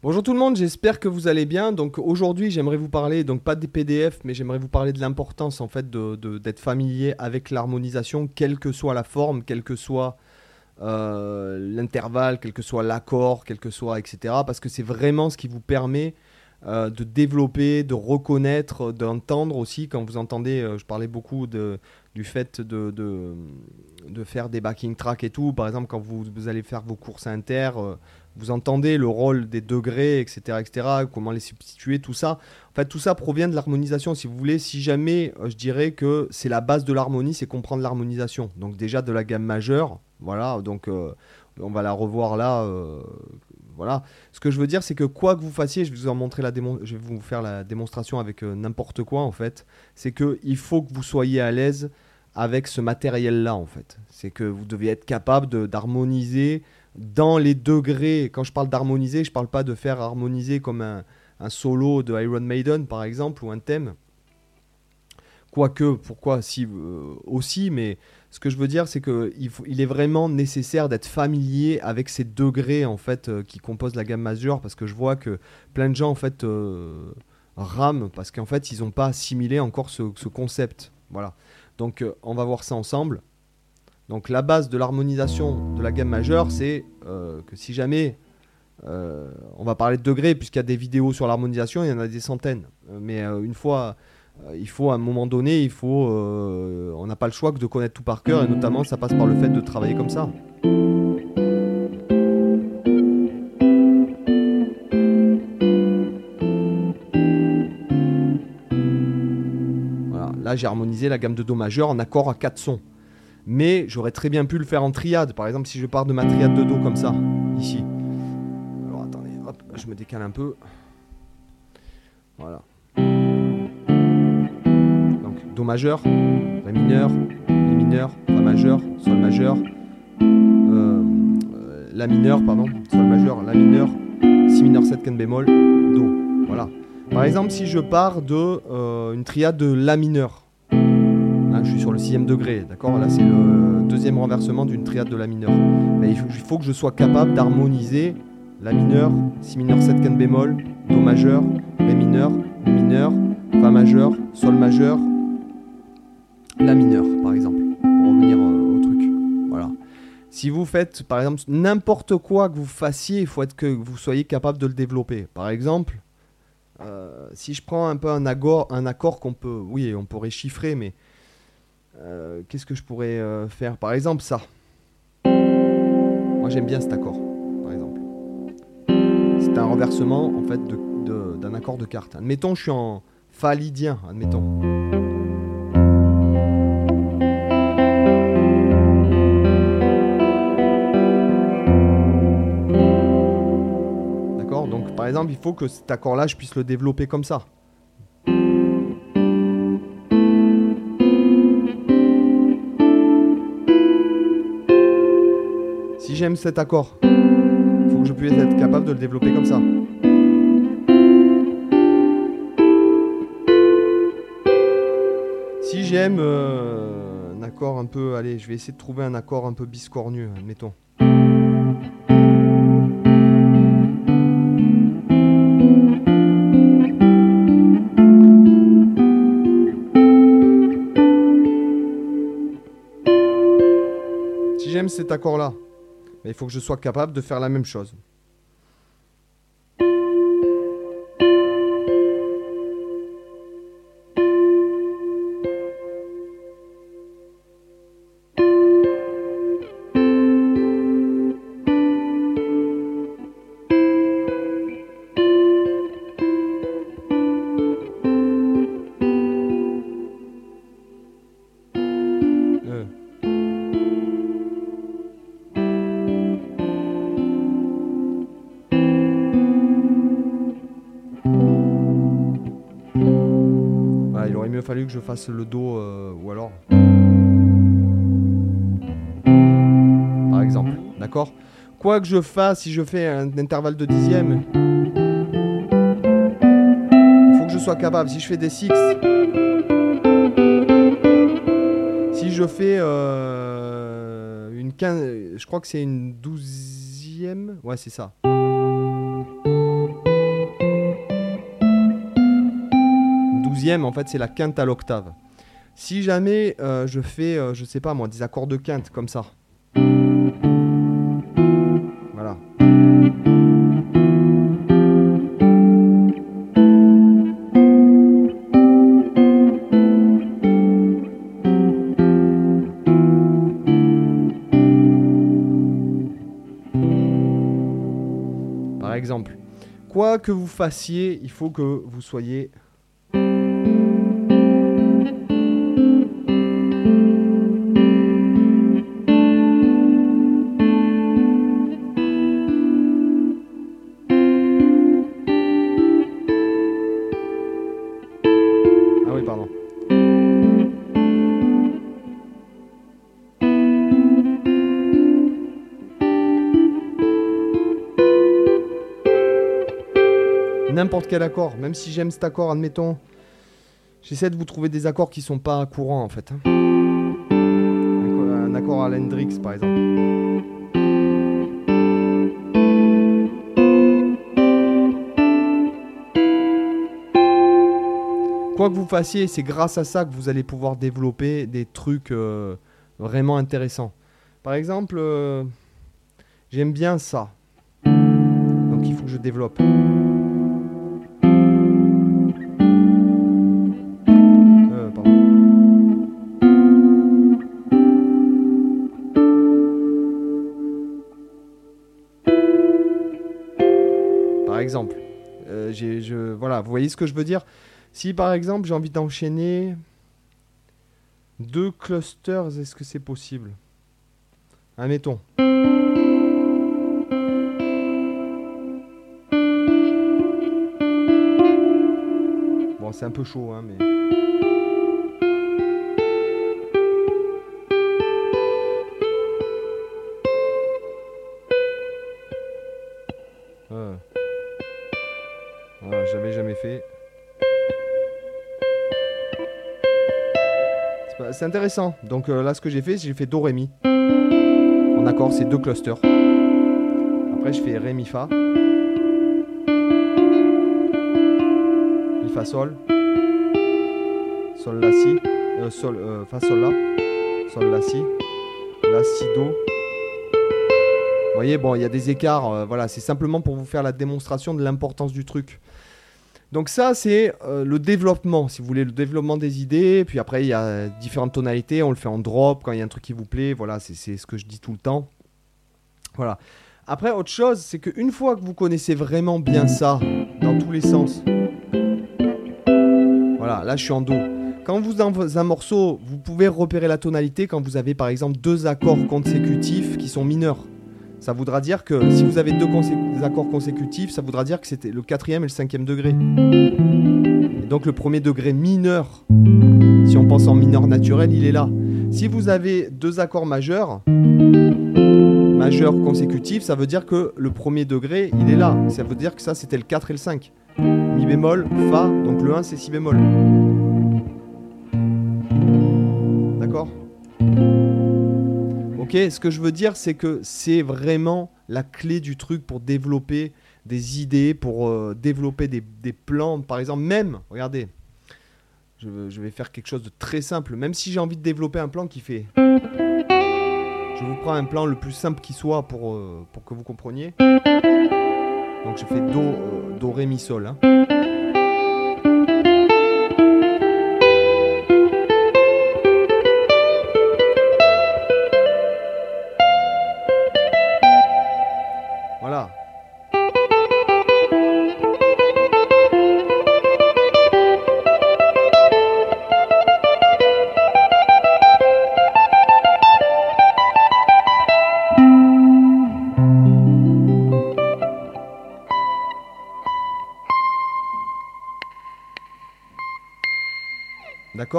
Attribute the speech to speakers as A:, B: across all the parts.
A: Bonjour tout le monde, j'espère que vous allez bien. Donc aujourd'hui, j'aimerais vous parler, donc pas des PDF, mais j'aimerais vous parler de l'importance en fait d'être familier avec l'harmonisation, quelle que soit la forme, quel que soit l'intervalle, quel que soit l'accord, quel que soit, etc. Parce que c'est vraiment ce qui vous permet de développer, de reconnaître, d'entendre aussi. Quand vous entendez, je parlais beaucoup du fait de faire des backing tracks et tout. Par exemple, quand vous allez faire vos courses inter, vous entendez le rôle des degrés, etc., etc., comment les substituer, tout ça. En fait, tout ça provient de l'harmonisation, si vous voulez. Si jamais, je dirais que c'est la base de l'harmonie, c'est comprendre l'harmonisation. Donc déjà de la gamme majeure, voilà, donc on va la revoir là, voilà. Ce que je veux dire, c'est que quoi que vous fassiez, je vais vous en montrer je vais vous faire la démonstration avec n'importe quoi en fait. C'est que il faut que vous soyez à l'aise avec ce matériel-là en fait. C'est que vous devez être capable d'harmoniser dans les degrés. Quand je parle d'harmoniser, je parle pas de faire harmoniser comme un solo de Iron Maiden par exemple ou un thème. Quoique, pourquoi si aussi, mais ce que je veux dire, c'est qu'il est vraiment nécessaire d'être familier avec ces degrés en fait qui composent la gamme majeure, parce que je vois que plein de gens en fait rament parce qu'en fait ils n'ont pas assimilé encore ce concept. Voilà. Donc on va voir ça ensemble. Donc la base de l'harmonisation de la gamme majeure, c'est que si jamais on va parler de degrés, puisqu'il y a des vidéos sur l'harmonisation, il y en a des centaines. Mais une fois il faut à un moment donné, on n'a pas le choix que de connaître tout par cœur, et notamment ça passe par le fait de travailler comme ça. Voilà. Là j'ai harmonisé la gamme de Do majeur en accord à 4 sons. Mais j'aurais très bien pu le faire en triade. Par exemple, si je pars de ma triade de Do comme ça, ici. Alors attendez, hop, je me décale un peu. Voilà. Donc Do majeur, Ré mineur, Mi mineur, Fa majeur, Sol majeur, La mineur, pardon, Sol majeur, La mineur, Si mineur 7 quinte bémol, Do. Voilà. Par exemple, si je pars de une triade de La mineur, là je suis sur le 6e degré, d'accord. Là c'est le deuxième renversement d'une triade de La mineur. Mais il faut que je sois capable d'harmoniser La mineur, Si mineur 7 quinte bémol, Do majeur, Ré mineur, Mi mineur, Fa majeur, Sol majeur, La mineur, par exemple, pour revenir au truc. Voilà. Si vous faites, par exemple, n'importe quoi que vous fassiez, il faut que vous soyez capable de le développer. Par exemple, si je prends un peu un accord qu'on peut, oui, on pourrait chiffrer, mais qu'est-ce que je pourrais faire? Par exemple, ça. Moi, j'aime bien cet accord, par exemple. C'est un renversement, en fait, d'un accord de quarte. Admettons, je suis en Fa lydien, admettons. Donc par exemple, il faut que cet accord-là, je puisse le développer comme ça. Si j'aime cet accord, il faut que je puisse être capable de le développer comme ça. Si j'aime un accord un peu... Allez, je vais essayer de trouver un accord un peu biscornu, admettons. Si j'aime cet accord-là, il faut que je sois capable de faire la même chose. Il aurait mieux fallu que je fasse le Do ou alors. Par exemple, d'accord. Quoi que je fasse, si je fais un intervalle de dixième, il faut que je sois capable. Si je fais des six, si je fais une 15, je crois que c'est une 12e. Ouais, c'est ça. 12e, en fait, c'est la quinte à l'octave. Si jamais je fais, je sais pas moi, des accords de quinte comme ça. Voilà. Par exemple, quoi que vous fassiez, il faut que vous soyez... Ah oui, pardon. N'importe quel accord, même si j'aime cet accord, admettons, j'essaie de vous trouver des accords qui sont pas courants en fait. Un accord à l'Hendrix par exemple. Quoi que vous fassiez, c'est grâce à ça que vous allez pouvoir développer des trucs vraiment intéressants. Par exemple, j'aime bien ça. Donc il faut que je développe. Par exemple, voilà, vous voyez ce que je veux dire? Si par exemple j'ai envie d'enchaîner 2 clusters, est-ce que c'est possible? Admettons. Bon, c'est un peu chaud, hein, mais... Voilà, j'avais jamais fait. C'est intéressant. Donc là, ce que j'ai fait, c'est j'ai fait Do, Ré, Mi. En accord, c'est 2 clusters. Après, je fais Ré, Mi, Fa. Mi, Fa, Sol. Sol, La, Si. Sol, Fa, Sol, La. Sol, La, Si. La, Si, Do. Vous voyez, bon, il y a des écarts. Voilà, c'est simplement pour vous faire la démonstration de l'importance du truc. Donc ça, c'est le développement, si vous voulez, le développement des idées. Puis après, il y a différentes tonalités. On le fait en drop quand il y a un truc qui vous plaît. Voilà, c'est ce que je dis tout le temps. Voilà. Après, autre chose, c'est qu'une fois que vous connaissez vraiment bien ça, dans tous les sens. Voilà, là, je suis en Do. Quand vous dans un morceau, vous pouvez repérer la tonalité quand vous avez, par exemple, 2 accords consécutifs qui sont mineurs. Ça voudra dire que si vous avez 2 accords consécutifs, ça voudra dire que c'était le 4e et le 5e degré. Et donc le premier degré mineur, si on pense en mineur naturel, il est là. Si vous avez 2 accords majeurs consécutifs, ça veut dire que le premier degré, il est là. Ça veut dire que ça, c'était le 4 et le 5. Mi bémol, Fa, donc le 1, c'est Si bémol. D'accord ? Ok, ce que je veux dire, c'est que c'est vraiment la clé du truc pour développer des idées, pour développer des plans. Par exemple, même, regardez, je vais faire quelque chose de très simple. Même si j'ai envie de développer un plan qui fait... Je vous prends un plan le plus simple qui soit pour que vous compreniez. Donc je fais Do, Ré, Mi, Sol. Hein. Voilà. D'accord ?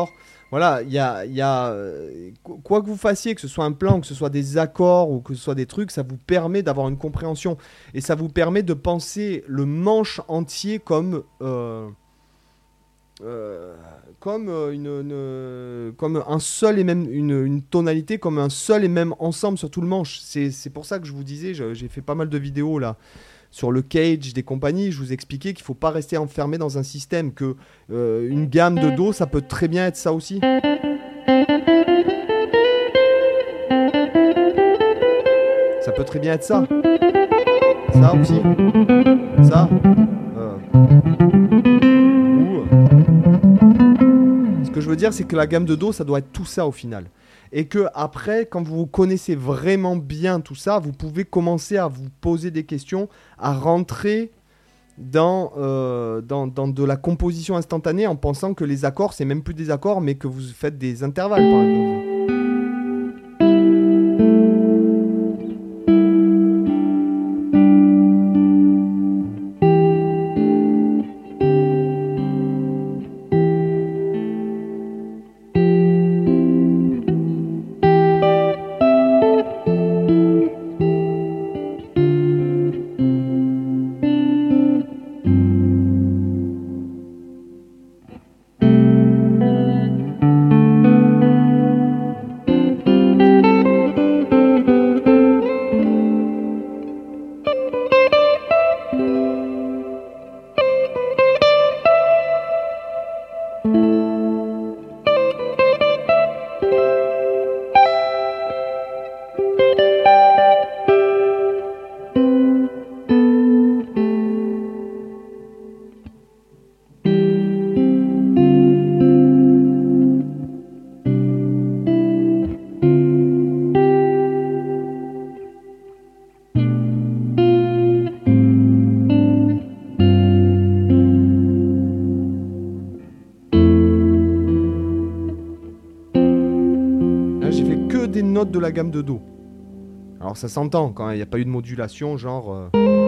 A: Voilà, il y a quoi que vous fassiez, que ce soit un plan, que ce soit des accords ou que ce soit des trucs, ça vous permet d'avoir une compréhension. Et ça vous permet de penser le manche entier comme un seul et même une tonalité, comme un seul et même ensemble sur tout le manche. C'est pour ça que je vous disais, j'ai fait pas mal de vidéos là sur le cage des compagnies, je vous expliquais qu'il ne faut pas rester enfermé dans un système, que une gamme de Do, ça peut très bien être ça aussi. Ça peut très bien être ça. Ça aussi. Ça. Ce que je veux dire, c'est que la gamme de Do, ça doit être tout ça au final. Et que après, quand vous connaissez vraiment bien tout ça, vous pouvez commencer à vous poser des questions, à rentrer dans de la composition instantanée en pensant que les accords, c'est même plus des accords, mais que vous faites des intervalles, par exemple. Des notes de la gamme de Do. Alors ça s'entend quand il n'y a pas eu de modulation, genre...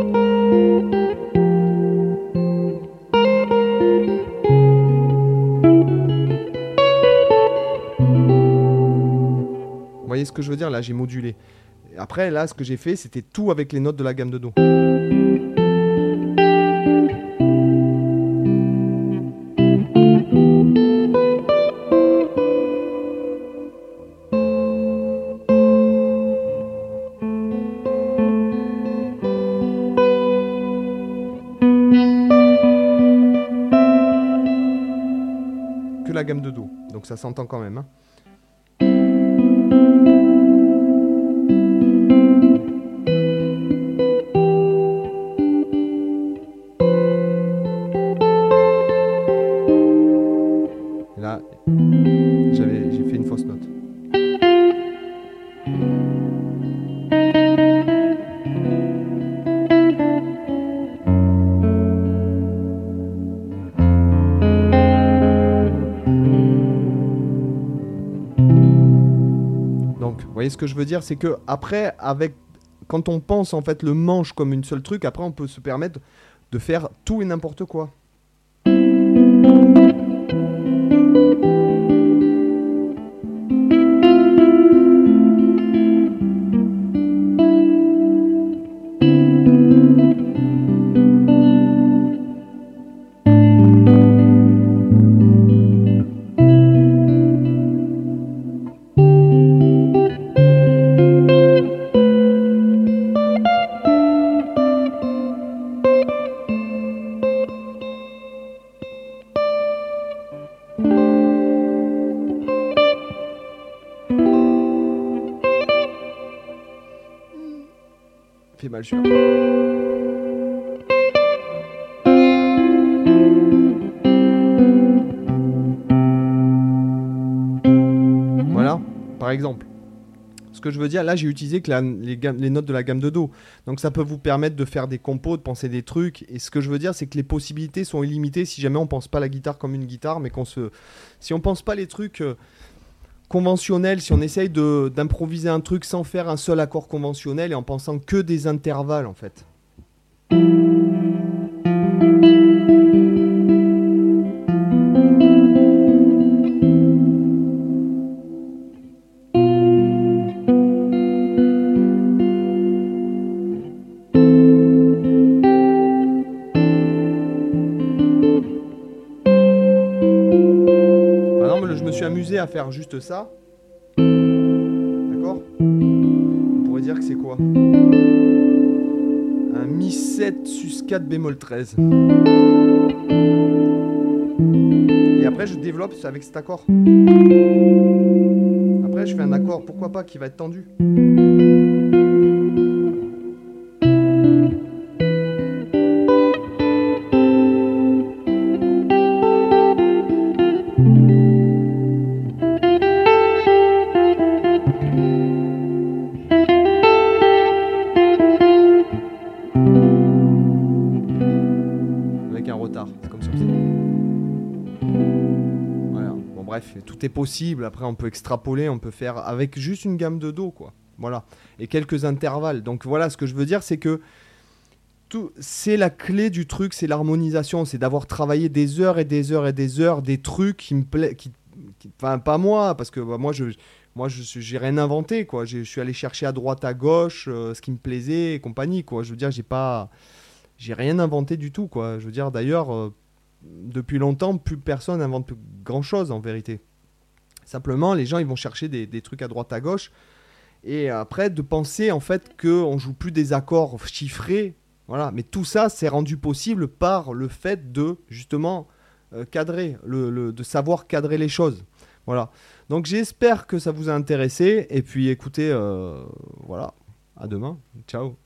A: Vous voyez ce que je veux dire? Là, j'ai modulé. Après, là, ce que j'ai fait, c'était tout avec les notes de la gamme de Do. La gamme de Do, donc ça s'entend quand même, hein. Là j'ai fait une fausse note. Vous voyez ce que je veux dire, c'est que après, quand on pense en fait le manche comme une seule truc, après on peut se permettre de faire tout et n'importe quoi. Fait mal celui-là. Voilà, par exemple. Ce que je veux dire, là j'ai utilisé que les notes de la gamme de Do. Donc ça peut vous permettre de faire des compos, de penser des trucs. Et ce que je veux dire, c'est que les possibilités sont illimitées si jamais on pense pas la guitare comme une guitare, mais si on pense pas les trucs conventionnels, si on essaye d'improviser un truc sans faire un seul accord conventionnel et en pensant que des intervalles en fait. Amusé à faire juste ça, d'accord? On pourrait dire que c'est quoi? Un mi Mi 7 sus 4 bémol 13. Et après, je développe avec cet accord. Après, je fais un accord, pourquoi pas, qui va être tendu. Avec un retard, c'est comme ça. Voilà. Bon bref, tout est possible. Après, on peut extrapoler, on peut faire avec juste une gamme de Do, quoi. Voilà. Et quelques intervalles. Donc voilà, ce que je veux dire, c'est que c'est la clé du truc, c'est l'harmonisation, c'est d'avoir travaillé des heures et des heures et des heures des trucs qui me plaisent, enfin pas moi, parce que bah, j'ai rien inventé, quoi. Je suis allé chercher à droite à gauche ce qui me plaisait et compagnie, quoi. Je veux dire, j'ai rien inventé du tout, quoi. Je veux dire, d'ailleurs, depuis longtemps, plus personne n'invente grand chose en vérité. Simplement, les gens ils vont chercher des trucs à droite à gauche et après de penser en fait qu'on joue plus des accords chiffrés. Voilà, mais tout ça, c'est rendu possible par le fait de, justement, cadrer, de savoir cadrer les choses. Voilà. Donc, j'espère que ça vous a intéressé. Et puis, écoutez, voilà, à demain. Ciao.